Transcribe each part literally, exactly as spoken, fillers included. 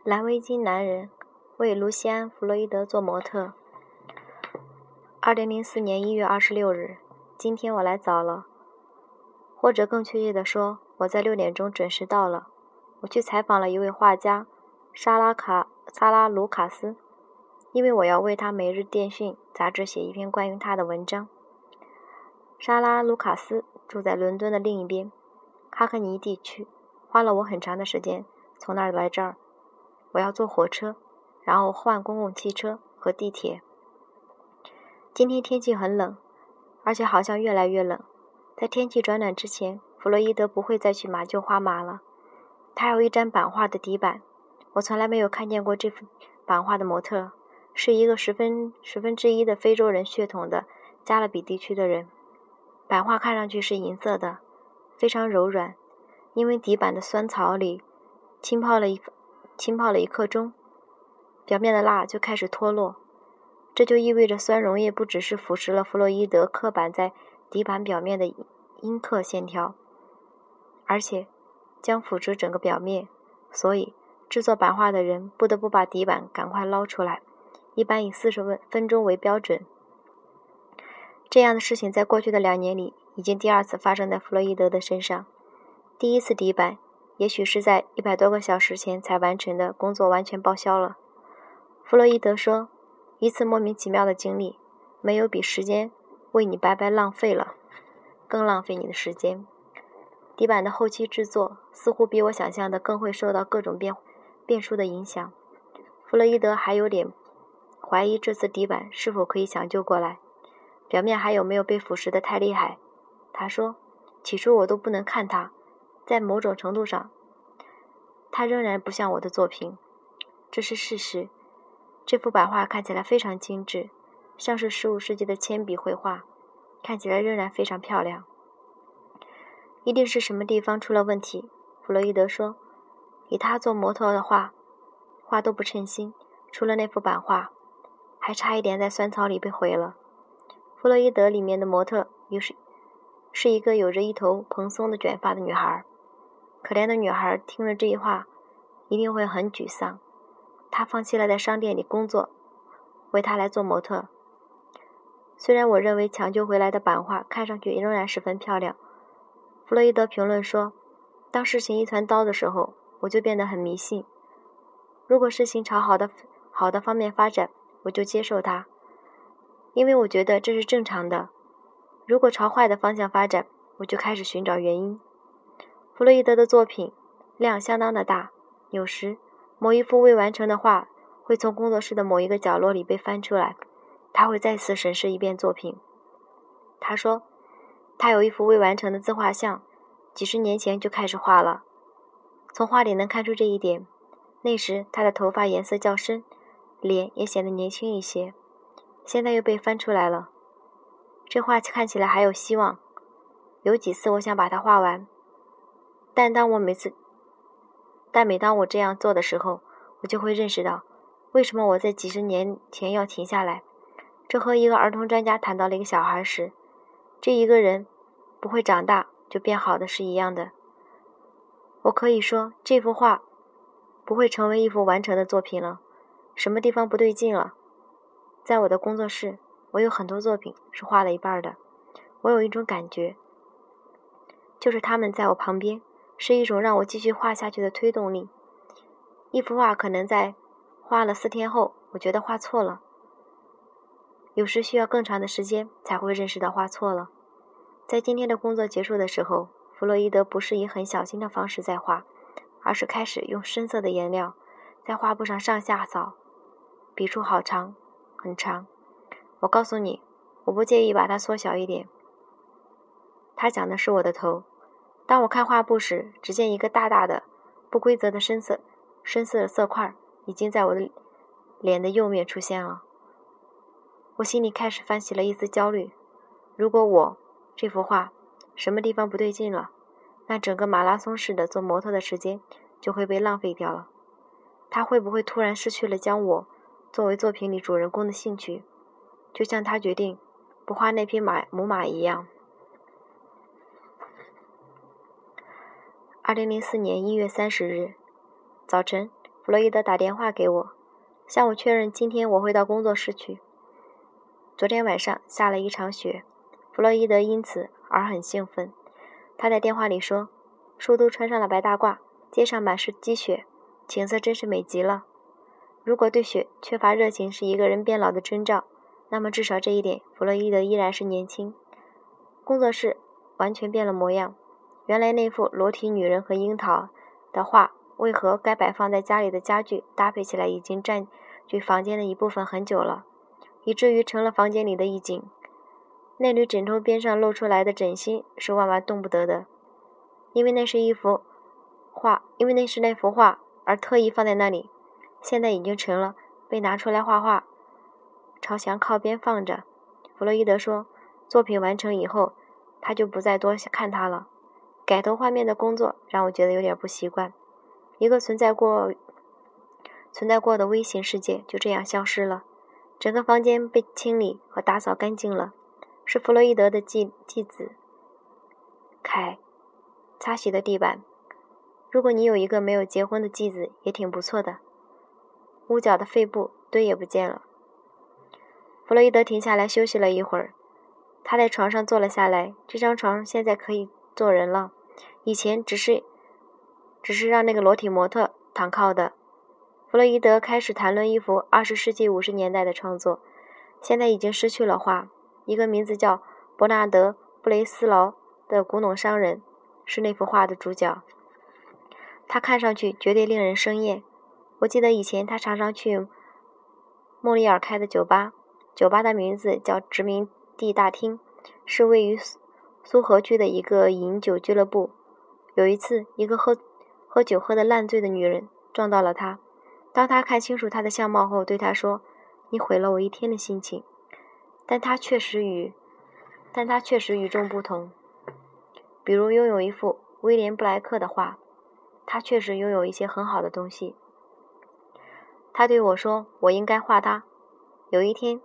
蓝围巾男人为卢西安·弗洛伊德做模特。二零零四年一月二十六日，今天我来早了，或者更确切地说，我在六点钟准时到了。我去采访了一位画家莎拉卡萨拉卢卡斯，因为我要为他《每日电讯》杂志写一篇关于他的文章。莎拉卢卡斯住在伦敦的另一边，哈克尼地区，花了我很长的时间从那儿来这儿。我要坐火车，然后换公共汽车和地铁。今天天气很冷，而且好像越来越冷。在天气转暖之前，弗洛伊德不会再去马厩画马了。他有一张版画的底板，我从来没有看见过这幅版画的模特，是一个十分十分之一的非洲人血统的加勒比地区的人。版画看上去是银色的，非常柔软，因为底板的酸草里浸泡了一浸泡了一刻钟，表面的蜡就开始脱落。这就意味着酸溶液不只是腐蚀了弗洛伊德刻板在底板表面的阴刻线条，而且将腐蚀整个表面，所以制作版画的人不得不把底板赶快捞出来，一般以四十分钟为标准。这样的事情在过去的两年里已经第二次发生在弗洛伊德的身上。第一次底板也许是在一百多个小时前才完成的工作完全报销了。弗洛伊德说，一次莫名其妙的经历，没有比时间为你白白浪费了更浪费你的时间。底板的后期制作似乎比我想象的更会受到各种变变数的影响。弗洛伊德还有点怀疑这次底板是否可以抢救过来，表面还有没有被腐蚀得太厉害。他说，起初我都不能看它，在某种程度上它仍然不像我的作品，这是事实。这幅版画看起来非常精致，像是十五世纪的铅笔绘画，看起来仍然非常漂亮。一定是什么地方出了问题，弗洛伊德说，以他做模特的画画都不称心，除了那幅版画，还差一点在酸草里被毁了。弗洛伊德里面的模特于是是一个有着一头蓬松的卷发的女孩。可怜的女孩听了这一话一定会很沮丧，她放弃了在商店里工作，为她来做模特。虽然我认为抢救回来的版画看上去仍然十分漂亮，弗洛伊德评论说，当事情一团糟的时候，我就变得很迷信。如果事情朝好的好的方面发展，我就接受它，因为我觉得这是正常的。如果朝坏的方向发展，我就开始寻找原因。弗洛伊德的作品量相当的大，有时某一幅未完成的画会从工作室的某一个角落里被翻出来，他会再次审视一遍作品。他说，他有一幅未完成的自画像，几十年前就开始画了。从画里能看出这一点，那时他的头发颜色较深，脸也显得年轻一些，现在又被翻出来了。这画看起来还有希望，有几次我想把它画完，但当我每次但每当我这样做的时候，我就会认识到，为什么我在几十年前要停下来。这和一个儿童专家谈到了一个小孩时，这一个人不会长大就变好的是一样的。我可以说，这幅画不会成为一幅完成的作品了，什么地方不对劲了。在我的工作室，我有很多作品是画了一半的，我有一种感觉，就是他们在我旁边，是一种让我继续画下去的推动力。一幅画可能在画了四天后，我觉得画错了，有时需要更长的时间才会认识到画错了。在今天的工作结束的时候，弗洛伊德不是以很小心的方式在画，而是开始用深色的颜料在画布上上下扫，笔触好长，很长。我告诉你，我不介意把它缩小一点。他讲的是我的头。当我看画布时，只见一个大大的、不规则的深色、深色的色块已经在我的脸的右面出现了。我心里开始泛起了一丝焦虑。如果我这幅画什么地方不对劲了，那整个马拉松式的做模特的时间就会被浪费掉了。他会不会突然失去了将我作为作品里主人公的兴趣，就像他决定不画那匹马母马一样。二零零四年一月三十日早晨， 弗洛伊德打电话给我，向我确认今天我会到工作室去。昨天晚上下了一场雪，弗洛伊德因此而很兴奋。他在电话里说，树都穿上了白大褂，街上满是积雪，景色真是美极了。如果对雪缺乏热情是一个人变老的征兆，那么至少这一点，弗洛伊德依然是年轻。工作室完全变了模样，原来那幅裸体女人和樱桃的画，为何该摆放在家里的家具搭配起来已经占据房间的一部分很久了，以至于成了房间里的一景。那缕枕头边上露出来的枕芯是万万动不得的，因为那是一幅画，因为那是那幅画而特意放在那里，现在已经成了被拿出来画画，朝墙靠边放着。弗洛伊德说，作品完成以后，他就不再多看它了。改头换面的工作让我觉得有点不习惯，一个存在过存在过的微型世界就这样消失了，整个房间被清理和打扫干净了。是弗洛伊德的继继子凯擦洗的地板。如果你有一个没有结婚的继子也挺不错的。屋角的废布堆也不见了。弗洛伊德停下来休息了一会儿，他在床上坐了下来。这张床现在可以坐人了，以前只是只是让那个裸体模特躺靠的。弗洛伊德开始谈论一幅二十世纪五十年代的创作，现在已经失去了画。一个名字叫伯纳德·布雷斯劳的古董商人是那幅画的主角，他看上去绝对令人生厌。我记得以前他常常去莫里尔开的酒吧，酒吧的名字叫殖民地大厅，是位于苏河区的一个饮酒俱乐部。有一次，一个喝喝酒喝得烂醉的女人撞到了他，当他看清楚他的相貌后，对他说，你毁了我一天的心情。但他确实与但他确实与众不同，比如拥有一幅威廉布莱克的画，他确实拥有一些很好的东西。他对我说，我应该画他。有一天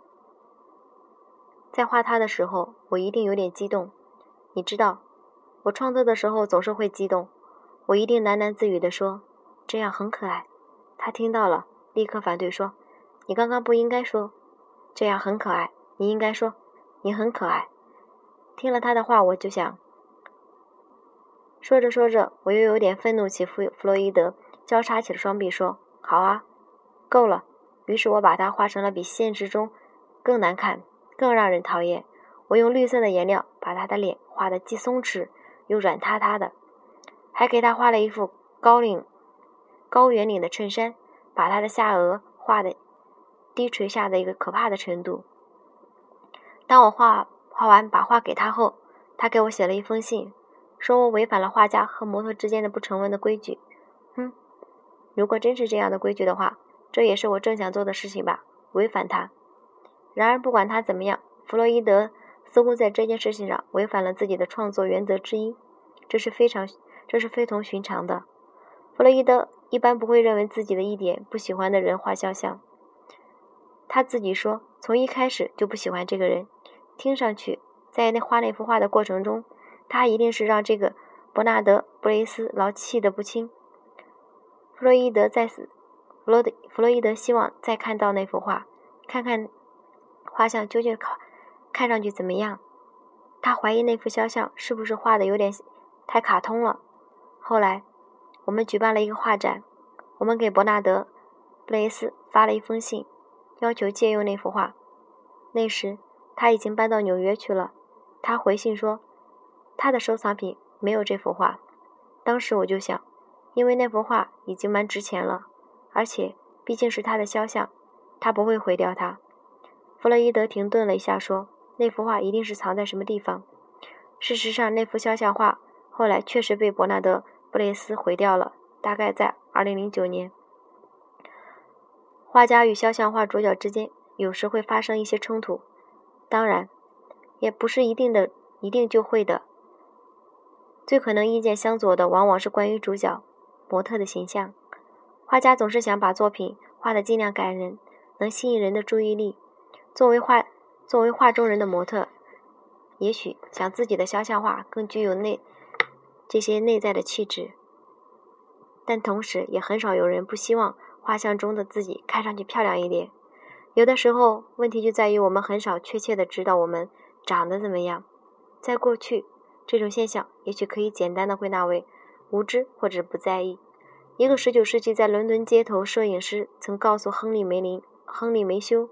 在画他的时候，我一定有点激动。你知道，我创作的时候总是会激动，我一定喃喃自语地说，这样很可爱。他听到了，立刻反对说，你刚刚不应该说这样很可爱，你应该说你很可爱。听了他的话，我就想，说着说着，我又有点愤怒起弗弗洛伊德，交叉起了双臂说，好啊，够了。于是我把它画成了比现实中更难看，更让人讨厌。我用绿色的颜料把他的脸画得既松弛又软塌塌的，还给他画了一副高领高圆领的衬衫，把他的下颚画得低垂下的一个可怕的程度。当我画画完把画给他后，他给我写了一封信，说我违反了画家和模特之间的不成文的规矩。哼，如果真是这样的规矩的话，这也是我正想做的事情吧，违反它。然而不管他怎么样，弗洛伊德似乎在这件事情上违反了自己的创作原则之一，这是非常这是非同寻常的。弗洛伊德一般不会认为自己的一点不喜欢的人画肖像。他自己说，从一开始就不喜欢这个人。听上去，在那画那幅画的过程中，他一定是让这个伯纳德·布雷斯劳气得不轻。弗洛伊德在此，弗洛德弗洛伊德希望再看到那幅画，看看画像究竟看看上去怎么样。他怀疑那幅肖像是不是画的有点太卡通了。后来，我们举办了一个画展，我们给伯纳德·布雷斯发了一封信，要求借用那幅画。那时他已经搬到纽约去了。他回信说，他的收藏品没有这幅画。当时我就想，因为那幅画已经蛮值钱了，而且毕竟是他的肖像，他不会毁掉它。弗洛伊德停顿了一下说，那幅画一定是藏在什么地方。事实上，那幅肖像画后来确实被伯纳德·布雷斯毁掉了，大概在二零零九年。画家与肖像画主角之间有时会发生一些冲突，当然也不是一定的一定就会的。最可能意见相左的往往是关于主角模特的形象。画家总是想把作品画得尽量感人，能吸引人的注意力。作为画作为画中人的模特，也许想自己的肖像画更具有内这些内在的气质。 但同时也很少有人不希望画像中的自己看上去漂亮一点。有的时候，问题就在于我们很少确切地知道我们长得怎么样。在过去，这种现象也许可以简单地归纳为无知或者不在意。一个十九世纪在伦敦街头摄影师曾告诉亨利梅林、亨利梅修，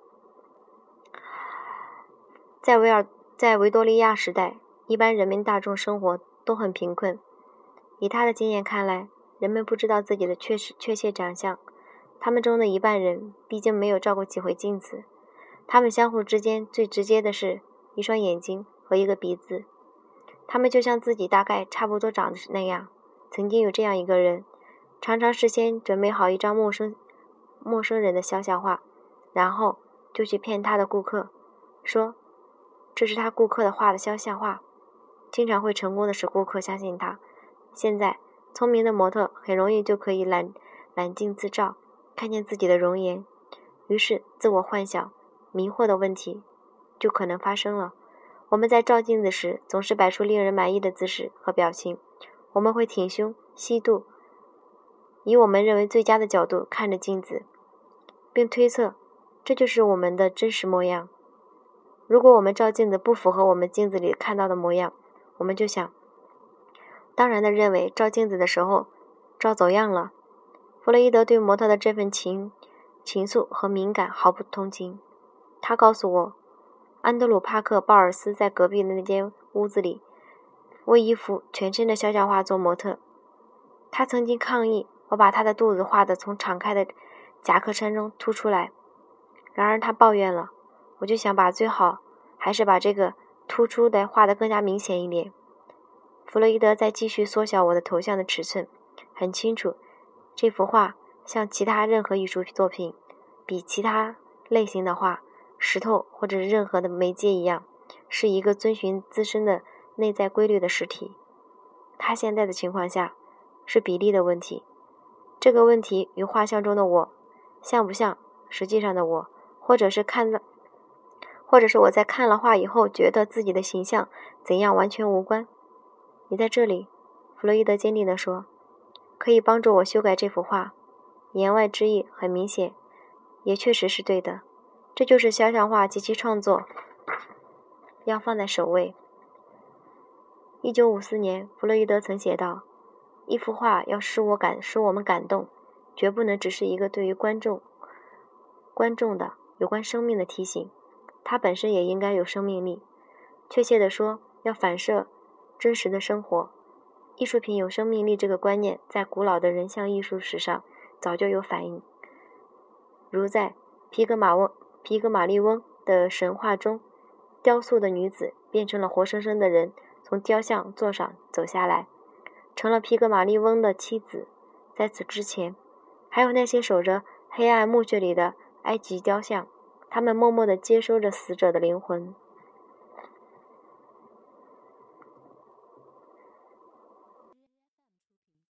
在维尔在维多利亚时代，一般人民大众生活都很贫困。以他的经验看来，人们不知道自己的确实确切长相，他们中的一半人毕竟没有照过几回镜子，他们相互之间最直接的是一双眼睛和一个鼻子，他们就像自己大概差不多长得那样。曾经有这样一个人，常常事先准备好一张陌生陌生人的肖像画，然后就去骗他的顾客，说这是他顾客的画的肖像画，经常会成功的使顾客相信他。现在聪明的模特很容易就可以揽揽镜自照，看见自己的容颜，于是自我幻想迷惑的问题就可能发生了。我们在照镜子时总是摆出令人满意的姿势和表情，我们会挺胸吸肚，以我们认为最佳的角度看着镜子，并推测这就是我们的真实模样。如果我们照镜子不符合我们镜子里看到的模样，我们就想当然地认为照镜子的时候照走样了。弗洛伊德对模特的这份情情愫和敏感毫不同情。他告诉我，安德鲁·帕克·鲍尔斯在隔壁的那间屋子里为一幅全身的肖像画做模特。他曾经抗议我把他的肚子画得从敞开的夹克衫中凸出来，然而他抱怨了，我就想把最好还是把这个突出的画得更加明显一点。弗洛伊德在继续缩小我的头像的尺寸，很清楚，这幅画像其他任何艺术作品，比其他类型的画、石头或者任何的媒介一样，是一个遵循自身的内在规律的实体。它现在的情况下是比例的问题，这个问题与画像中的我像不像实际上的我，或者是看了，或者是我在看了画以后觉得自己的形象怎样完全无关。你在这里，弗洛伊德坚定地说，可以帮助我修改这幅画。言外之意很明显，也确实是对的。这就是肖像画及其创作要放在首位。一九五四年，弗洛伊德曾写道，一幅画要使我感使我们感动，绝不能只是一个对于观众观众的有关生命的提醒，它本身也应该有生命力。确切地说，要反射真实的生活。艺术品有生命力这个观念在古老的人像艺术史上早就有反应，如在皮格马翁皮格马利翁的神话中，雕塑的女子变成了活生生的人，从雕像座上走下来，成了皮格马利翁的妻子。在此之前，还有那些守着黑暗墓穴里的埃及雕像，他们默默地接收着死者的灵魂。